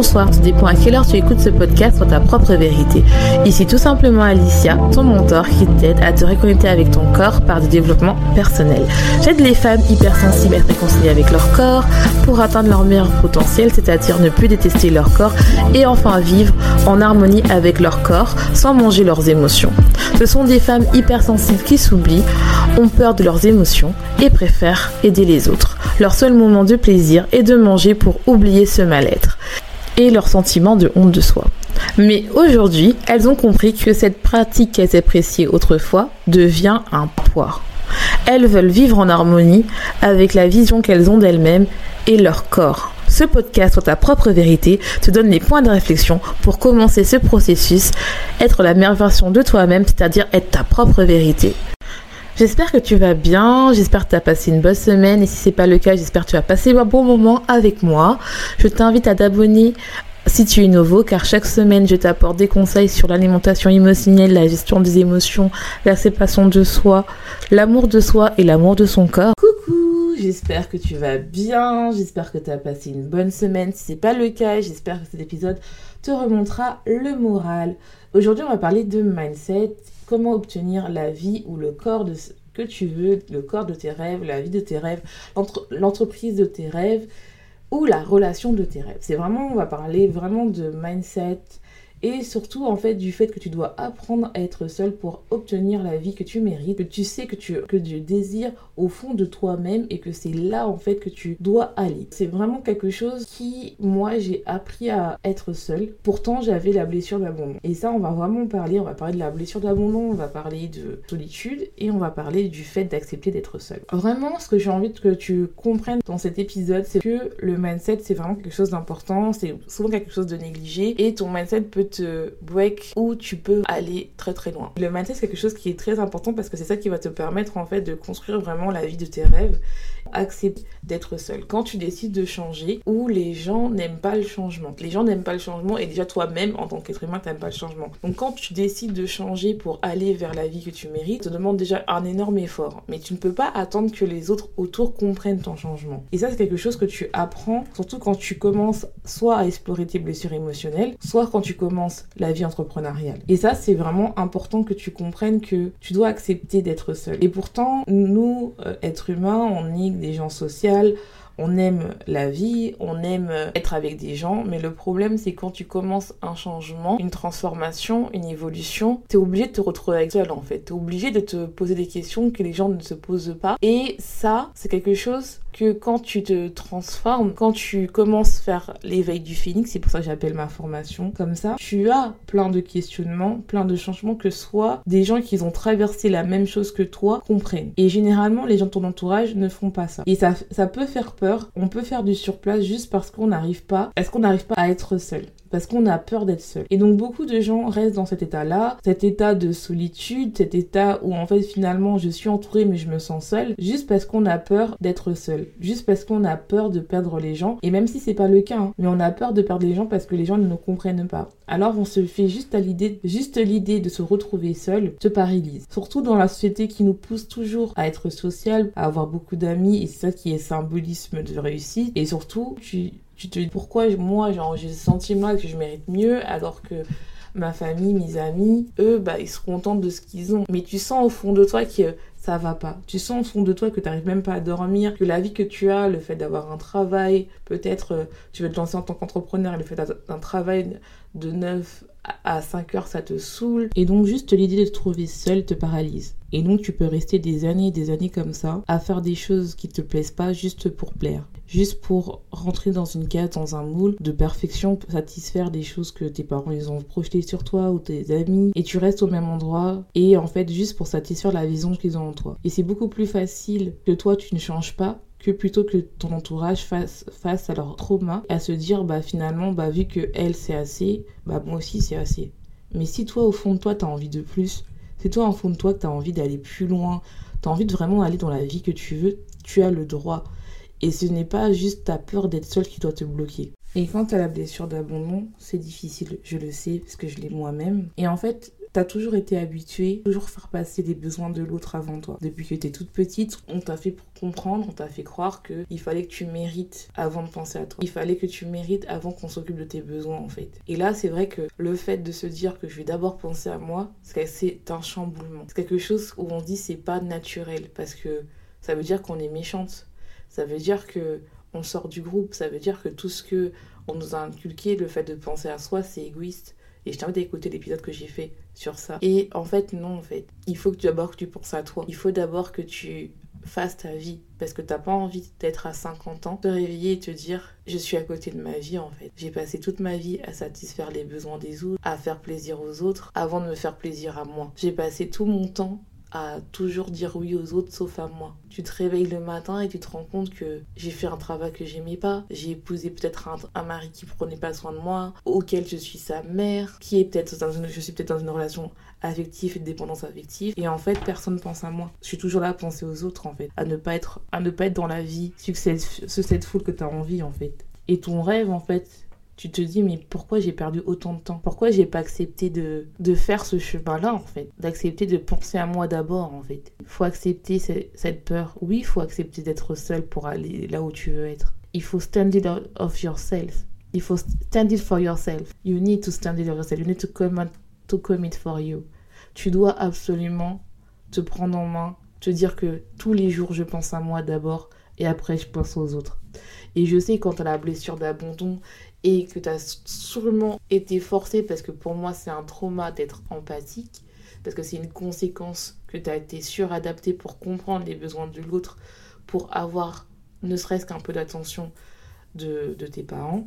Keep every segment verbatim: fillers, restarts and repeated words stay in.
bonsoir, tout dépend à quelle heure tu écoutes ce podcast sur ta propre vérité. Ici tout simplement Alicia, ton mentor qui t'aide à te reconnecter avec ton corps par du développement personnel. J'aide les femmes hypersensibles à être réconciliées avec leur corps pour atteindre leur meilleur potentiel, c'est-à-dire ne plus détester leur corps et enfin vivre en harmonie avec leur corps sans manger leurs émotions. Ce sont des femmes hypersensibles qui s'oublient, ont peur de leurs émotions et préfèrent aider les autres. Leur seul moment de plaisir est de manger pour oublier ce mal-être et leur sentiment de honte de soi. Mais aujourd'hui, elles ont compris que cette pratique qu'elles appréciaient autrefois devient un poids. Elles veulent vivre en harmonie avec la vision qu'elles ont d'elles-mêmes et leur corps. Ce podcast sur ta propre vérité te donne les points de réflexion pour commencer ce processus, être la meilleure version de toi-même, c'est-à-dire être ta propre vérité. J'espère que tu vas bien, j'espère que tu as passé une bonne semaine et si c'est pas le cas, j'espère que tu vas passer un bon moment avec moi. Je t'invite à t'abonner si tu es nouveau car chaque semaine je t'apporte des conseils sur l'alimentation émotionnelle, la gestion des émotions, l'acceptation de soi, l'amour de soi et l'amour de son corps. Coucou, j'espère que tu vas bien, j'espère que tu as passé une bonne semaine. Si c'est pas le cas, j'espère que cet épisode te remontera le moral. Aujourd'hui, on va parler de mindset. Comment obtenir la vie ou le corps de ce que tu veux, le corps de tes rêves, la vie de tes rêves, l'entre- l'entreprise de tes rêves ou la relation de tes rêves. C'est vraiment, on va parler vraiment de mindset et surtout en fait du fait que tu dois apprendre à être seul pour obtenir la vie que tu mérites, que tu sais que tu, que tu désires au fond de toi-même et que c'est là en fait que tu dois aller. C'est vraiment quelque chose qui, moi, j'ai appris à être seule. Pourtant, j'avais la blessure d'abandon. Et ça, on va vraiment parler, on va parler de la blessure d'abandon, on va parler de solitude et on va parler du fait d'accepter d'être seule. Vraiment, ce que j'ai envie que tu comprennes dans cet épisode, c'est que le mindset, c'est vraiment quelque chose d'important, c'est souvent quelque chose de négligé et ton mindset peut te break ou tu peux aller très très loin. Le mindset, c'est quelque chose qui est très important parce que c'est ça qui va te permettre en fait de construire vraiment la vie de tes rêves. Accepte d'être seul. Quand tu décides de changer, ou les gens n'aiment pas le changement. Les gens n'aiment pas le changement et déjà toi-même, en tant qu'être humain, t'aimes pas le changement. Donc quand tu décides de changer pour aller vers la vie que tu mérites, ça te demande déjà un énorme effort. Mais tu ne peux pas attendre que les autres autour comprennent ton changement. Et ça, c'est quelque chose que tu apprends, surtout quand tu commences soit à explorer tes blessures émotionnelles, soit quand tu commences la vie entrepreneuriale. Et ça, c'est vraiment important que tu comprennes que tu dois accepter d'être seul. Et pourtant, nous, euh, êtres humains, on est des gens sociaux, on aime la vie, on aime être avec des gens, mais le problème c'est quand tu commences un changement, une transformation, une évolution, t'es obligé de te retrouver avec seul en fait, t'es obligé de te poser des questions que les gens ne se posent pas, et ça c'est quelque chose que quand tu te transformes, quand tu commences à faire l'éveil du phénix, c'est pour ça que j'appelle ma formation comme ça, tu as plein de questionnements, plein de changements que soit des gens qui ont traversé la même chose que toi comprennent. Et généralement, les gens de ton entourage ne font pas ça. Et ça, ça peut faire peur, on peut faire du surplace juste parce qu'on n'arrive pas, est-ce qu'on n'arrive pas à être seul ? Parce qu'on a peur d'être seul. Et donc beaucoup de gens restent dans cet état-là, cet état de solitude, cet état où en fait finalement je suis entourée mais je me sens seule, juste parce qu'on a peur d'être seul, juste parce qu'on a peur de perdre les gens, et même si c'est pas le cas, hein, mais on a peur de perdre les gens parce que les gens ne nous comprennent pas. Alors on se fait juste à l'idée, juste l'idée de se retrouver seul te paralyse. Surtout dans la société qui nous pousse toujours à être social, à avoir beaucoup d'amis, et c'est ça qui est symbolisme de réussite, et surtout tu... Tu te dis pourquoi moi genre, j'ai ce sentiment que je mérite mieux alors que ma famille, mes amis, eux, bah, ils se contentent de ce qu'ils ont. Mais tu sens au fond de toi que ça va pas. Tu sens au fond de toi que tu n'arrives même pas à dormir, que la vie que tu as, le fait d'avoir un travail, peut-être euh, tu veux te lancer en tant qu'entrepreneur et le fait d'un travail de neuf à cinq heures, ça te saoule. Et donc juste l'idée de te trouver seul te paralyse. Et donc tu peux rester des années et des années comme ça, à faire des choses qui te plaisent pas juste pour plaire. Juste pour rentrer dans une case, dans un moule de perfection, pour satisfaire des choses que tes parents ils ont projetées sur toi ou tes amis, et tu restes au même endroit, et en fait juste pour satisfaire la vision qu'ils ont en toi. Et c'est beaucoup plus facile que toi tu ne changes pas, que plutôt que ton entourage fasse face à leur trauma, à se dire bah finalement bah vu que elle c'est assez, bah moi aussi c'est assez. Mais si toi au fond de toi t'as envie de plus, c'est toi au fond de toi que t'as envie d'aller plus loin, t'as envie de vraiment aller dans la vie que tu veux, tu as le droit. Et ce n'est pas juste ta peur d'être seule qui doit te bloquer. Et quand tu as la blessure d'abandon, c'est difficile, je le sais, parce que je l'ai moi-même. Et en fait, tu t'as toujours été habituée, toujours faire passer les besoins de l'autre avant toi. Depuis que t'es toute petite, on t'a fait comprendre, on t'a fait croire qu'il fallait que tu mérites avant de penser à toi. Il fallait que tu mérites avant qu'on s'occupe de tes besoins, en fait. Et là, c'est vrai que le fait de se dire que je vais d'abord penser à moi, c'est un chamboulement. C'est quelque chose où on se dit c'est pas naturel, parce que ça veut dire qu'on est méchante. Ça veut dire que on sort du groupe. Ça veut dire que tout ce que on nous a inculqué, le fait de penser à soi, c'est égoïste. Et je t'invite à écouter l'épisode que j'ai fait sur ça. Et en fait, non, en fait. Il faut que d'abord que tu penses à toi. Il faut d'abord que tu fasses ta vie. Parce que t'as pas envie d'être à cinquante ans, te réveiller et te dire « Je suis à côté de ma vie, en fait. J'ai passé toute ma vie à satisfaire les besoins des autres, à faire plaisir aux autres, avant de me faire plaisir à moi. J'ai passé tout mon temps à toujours dire oui aux autres sauf à moi. Tu te réveilles le matin et tu te rends compte que j'ai fait un travail que j'aimais pas, j'ai épousé peut-être un, un mari qui prenait pas soin de moi, auquel je suis sa mère, qui est peut-être dans une, je suis peut-être dans une relation affective et de dépendance affective, et en fait personne pense à moi. Je suis toujours là à penser aux autres, en fait, à ne pas être, à ne pas être dans la vie successful que t'as envie, en fait. Et ton rêve, en fait, tu te dis, mais pourquoi j'ai perdu autant de temps? Pourquoi j'ai pas accepté de, de faire ce chemin-là, en fait? D'accepter de penser à moi d'abord, en fait. Il faut accepter ce, cette peur. Oui, il faut accepter d'être seul pour aller là où tu veux être. Il faut stand it of yourself. Il faut stand it for yourself. You need to stand it of yourself. You need to commit, to commit for you. Tu dois absolument te prendre en main, te dire que tous les jours, je pense à moi d'abord et après, je pense aux autres. Et je sais, quand tu as la blessure d'abandon et que tu as sûrement été forcée, parce que pour moi, c'est un trauma d'être empathique, parce que c'est une conséquence que tu as été suradaptée pour comprendre les besoins de l'autre, pour avoir ne serait-ce qu'un peu d'attention de, de tes parents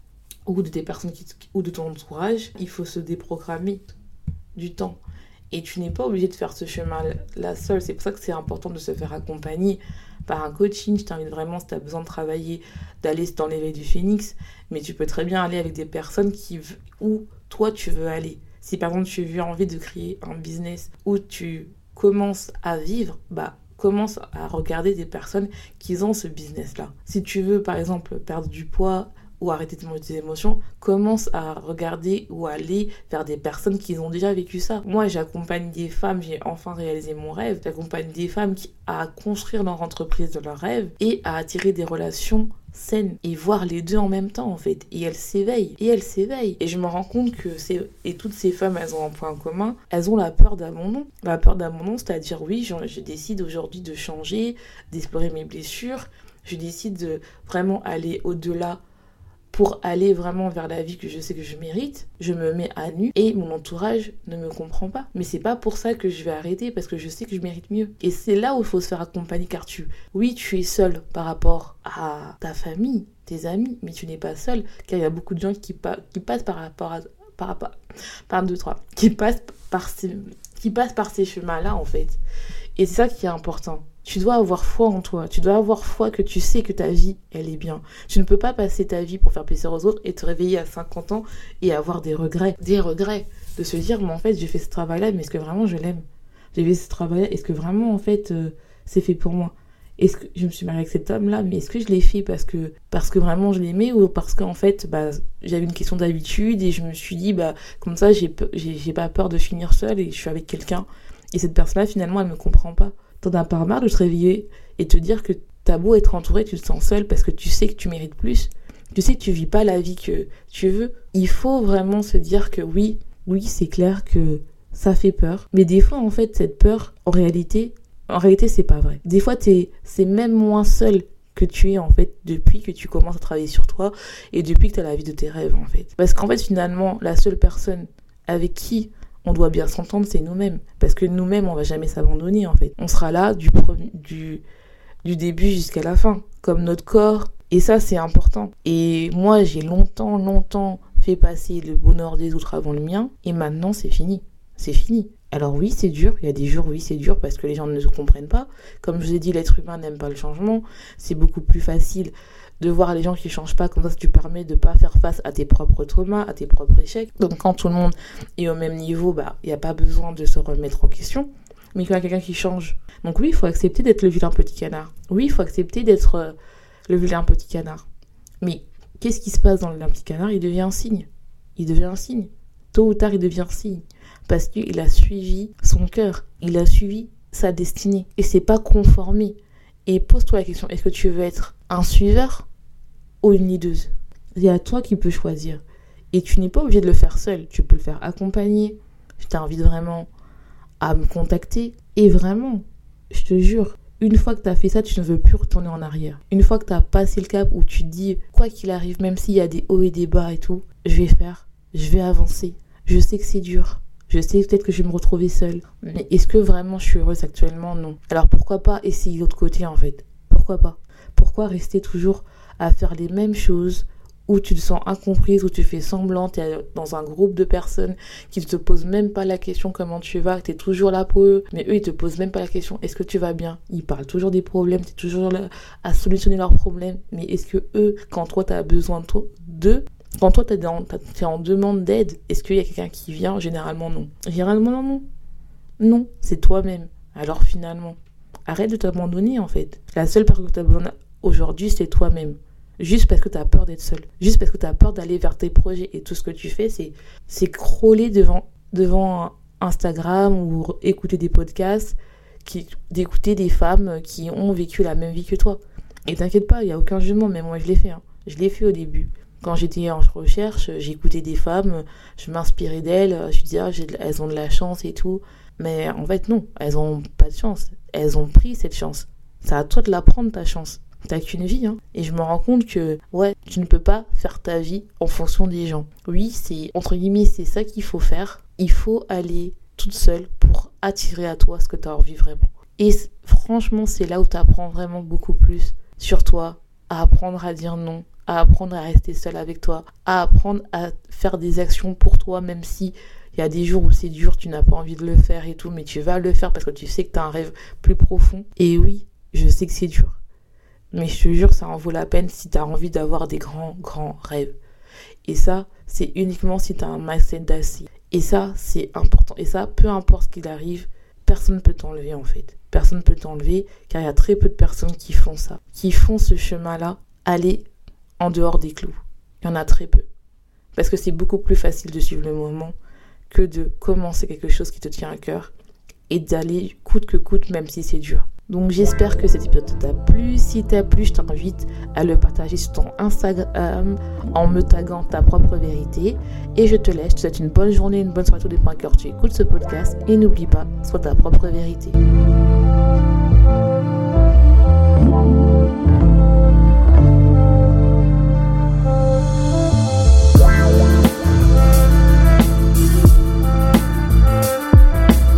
ou de tes personnes qui, ou de ton entourage. Il faut se déprogrammer du temps. Et tu n'es pas obligé de faire ce chemin-là seul. C'est pour ça que c'est important de se faire accompagner par un coaching. Je t'invite vraiment, si tu as besoin de travailler, d'aller dans l'éveil du phénix. Mais tu peux très bien aller avec des personnes qui, où toi, tu veux aller. Si par exemple, tu as envie de créer un business où tu commences à vivre, bah, commence à regarder des personnes qui ont ce business-là. Si tu veux, par exemple, perdre du poids ou arrêter de manger tes émotions, commence à regarder ou aller vers des personnes qui ont déjà vécu ça. Moi, j'accompagne des femmes, j'ai enfin réalisé mon rêve, j'accompagne des femmes qui, à construire leur entreprise de leur rêve et à attirer des relations saines et voir les deux en même temps, en fait. Et elles s'éveillent, et elles s'éveillent. Et je me rends compte que c'est... Et toutes ces femmes, elles ont un point commun, elles ont la peur d'abandon. La peur d'abandon, c'est-à-dire, oui, je, je décide aujourd'hui de changer, d'explorer mes blessures, je décide de vraiment aller au-delà pour aller vraiment vers la vie que je sais que je mérite, je me mets à nu et mon entourage ne me comprend pas. Mais c'est pas pour ça que je vais arrêter, parce que je sais que je mérite mieux. Et c'est là où il faut se faire accompagner, car tu, oui, tu es seul par rapport à ta famille, tes amis, mais tu n'es pas seul, car il y a beaucoup de gens qui, pa- qui passent par rapport à, par rapport, par deux, trois, qui passent par ces, qui passent par ces chemins-là, en fait. Et c'est ça qui est important. Tu dois avoir foi en toi. Tu dois avoir foi que tu sais que ta vie, elle est bien. Tu ne peux pas passer ta vie pour faire plaisir aux autres et te réveiller à cinquante ans et avoir des regrets. Des regrets. De se dire, mais en fait, j'ai fait ce travail-là, mais est-ce que vraiment je l'aime? J'ai fait ce travail-là, est-ce que vraiment, en fait, euh, c'est fait pour moi? Est-ce que je me suis mariée avec cet homme-là, mais est-ce que je l'ai fait parce que, parce que vraiment je l'aimais, ou parce qu'en fait, bah, j'avais une question d'habitude et je me suis dit, bah, comme ça, j'ai, j'ai, j'ai pas peur de finir seule et je suis avec quelqu'un. Et cette personne-là, finalement, elle me comprend pas. T'en as pas marre de te réveiller et te dire que t'as beau être entouré, tu te sens seule parce que tu sais que tu mérites plus. Tu sais que tu vis pas la vie que tu veux. Il faut vraiment se dire que oui, oui, c'est clair que ça fait peur. Mais des fois, en fait, cette peur, en réalité, en réalité, c'est pas vrai. Des fois, t'es, c'est même moins seul que tu es, en fait, depuis que tu commences à travailler sur toi et depuis que t'as la vie de tes rêves, en fait. Parce qu'en fait, finalement, la seule personne avec qui on doit bien s'entendre, c'est nous-mêmes. Parce que nous-mêmes, on va jamais s'abandonner, en fait. On sera là du, premier, du, du début jusqu'à la fin, comme notre corps. Et ça, c'est important. Et moi, j'ai longtemps, longtemps fait passer le bonheur des autres avant le mien. Et maintenant, c'est fini. C'est fini. Alors oui, c'est dur. Il y a des jours, oui, c'est dur parce que les gens ne se comprennent pas. Comme je vous ai dit, l'être humain n'aime pas le changement. C'est beaucoup plus facile de voir les gens qui changent pas, comme ça, ça te permet de pas faire face à tes propres traumas, à tes propres échecs. Donc quand tout le monde est au même niveau, bah, il n'y a pas besoin de se remettre en question. Mais quand il y a quelqu'un qui change. Donc oui, il faut accepter d'être le vilain petit canard. Oui, il faut accepter d'être euh, le vilain petit canard. Mais qu'est-ce qui se passe dans le vilain petit canard? Il devient un signe. Il devient un signe. Tôt ou tard, il devient un signe. Parce qu'il a suivi son cœur, il a suivi sa destinée et c'est pas conformé. Et pose-toi la question, est-ce que tu veux être un suiveur ou une leaduse? C'est à toi qui peux choisir. Et tu n'es pas obligé de le faire seul, tu peux le faire accompagner. Je t'invite vraiment à me contacter. Et vraiment, je te jure, une fois que tu as fait ça, tu ne veux plus retourner en arrière. Une fois que tu as passé le cap où tu te dis, quoi qu'il arrive, même s'il y a des hauts et des bas et tout, je vais faire, je vais avancer. Je sais que c'est dur. Je sais peut-être que je vais me retrouver seule. Mais est-ce que vraiment je suis heureuse actuellement? Non. Alors pourquoi pas essayer l'autre côté en fait? Pourquoi pas? Pourquoi rester toujours à faire les mêmes choses où tu te sens incomprise, où tu fais semblant, tu es dans un groupe de personnes qui ne te posent même pas la question comment tu vas, tu es toujours là pour eux, mais eux ils te posent même pas la question est-ce que tu vas bien? Ils parlent toujours des problèmes, tu es toujours là à solutionner leurs problèmes, mais est-ce que eux, quand toi tu as besoin de toi, d'eux, quand toi tu es en demande d'aide, est-ce qu'il y a quelqu'un qui vient? Généralement non. Généralement non, non. Non, c'est toi-même. Alors finalement, arrête de t'abandonner en fait. La seule personne que tu as besoin aujourd'hui, c'est toi-même. Juste parce que tu as peur d'être seul. Juste parce que tu as peur d'aller vers tes projets. Et tout ce que tu fais, c'est, c'est crawler devant, devant Instagram ou écouter des podcasts, qui, d'écouter des femmes qui ont vécu la même vie que toi. Et t'inquiète pas, il n'y a aucun jugement. Mais moi, je l'ai fait. Hein. Je l'ai fait au début. Quand j'étais en recherche, j'écoutais des femmes, je m'inspirais d'elles. Je disais, ah, j'ai, elles ont de la chance et tout. Mais en fait, non. Elles n'ont pas de chance. Elles ont pris cette chance. C'est à toi de la prendre, ta chance. T'as qu'une vie, hein. Et je me rends compte que, ouais, tu ne peux pas faire ta vie en fonction des gens. Oui, c'est, entre guillemets, c'est ça qu'il faut faire. Il faut aller toute seule pour attirer à toi ce que tu as envie vraiment. Et franchement, c'est là où tu apprends vraiment beaucoup plus sur toi, à apprendre à dire non, à apprendre à rester seule avec toi, à apprendre à faire des actions pour toi, même si il y a des jours où c'est dur, tu n'as pas envie de le faire et tout, mais tu vas le faire parce que tu sais que tu as un rêve plus profond. Et oui, je sais que c'est dur. Mais je te jure, ça en vaut la peine si tu as envie d'avoir des grands, grands rêves. Et ça, c'est uniquement si tu as un mindset d'acier. Et ça, c'est important. Et ça, peu importe ce qu'il arrive, personne ne peut t'enlever en fait. Personne ne peut t'enlever car il y a très peu de personnes qui font ça. Qui font ce chemin-là, aller en dehors des clous. Il y en a très peu. Parce que c'est beaucoup plus facile de suivre le moment que de commencer quelque chose qui te tient à cœur et d'aller coûte que coûte, même si c'est dur. Donc j'espère que cet épisode t'a plu. Si t'a plu, je t'invite à le partager sur ton Instagram en me taguant ta propre vérité. Et je te laisse, je te souhaite une bonne journée, une bonne soirée, tout dépend à quelle heure tu écoutes ce podcast. Et n'oublie pas, sois ta propre vérité.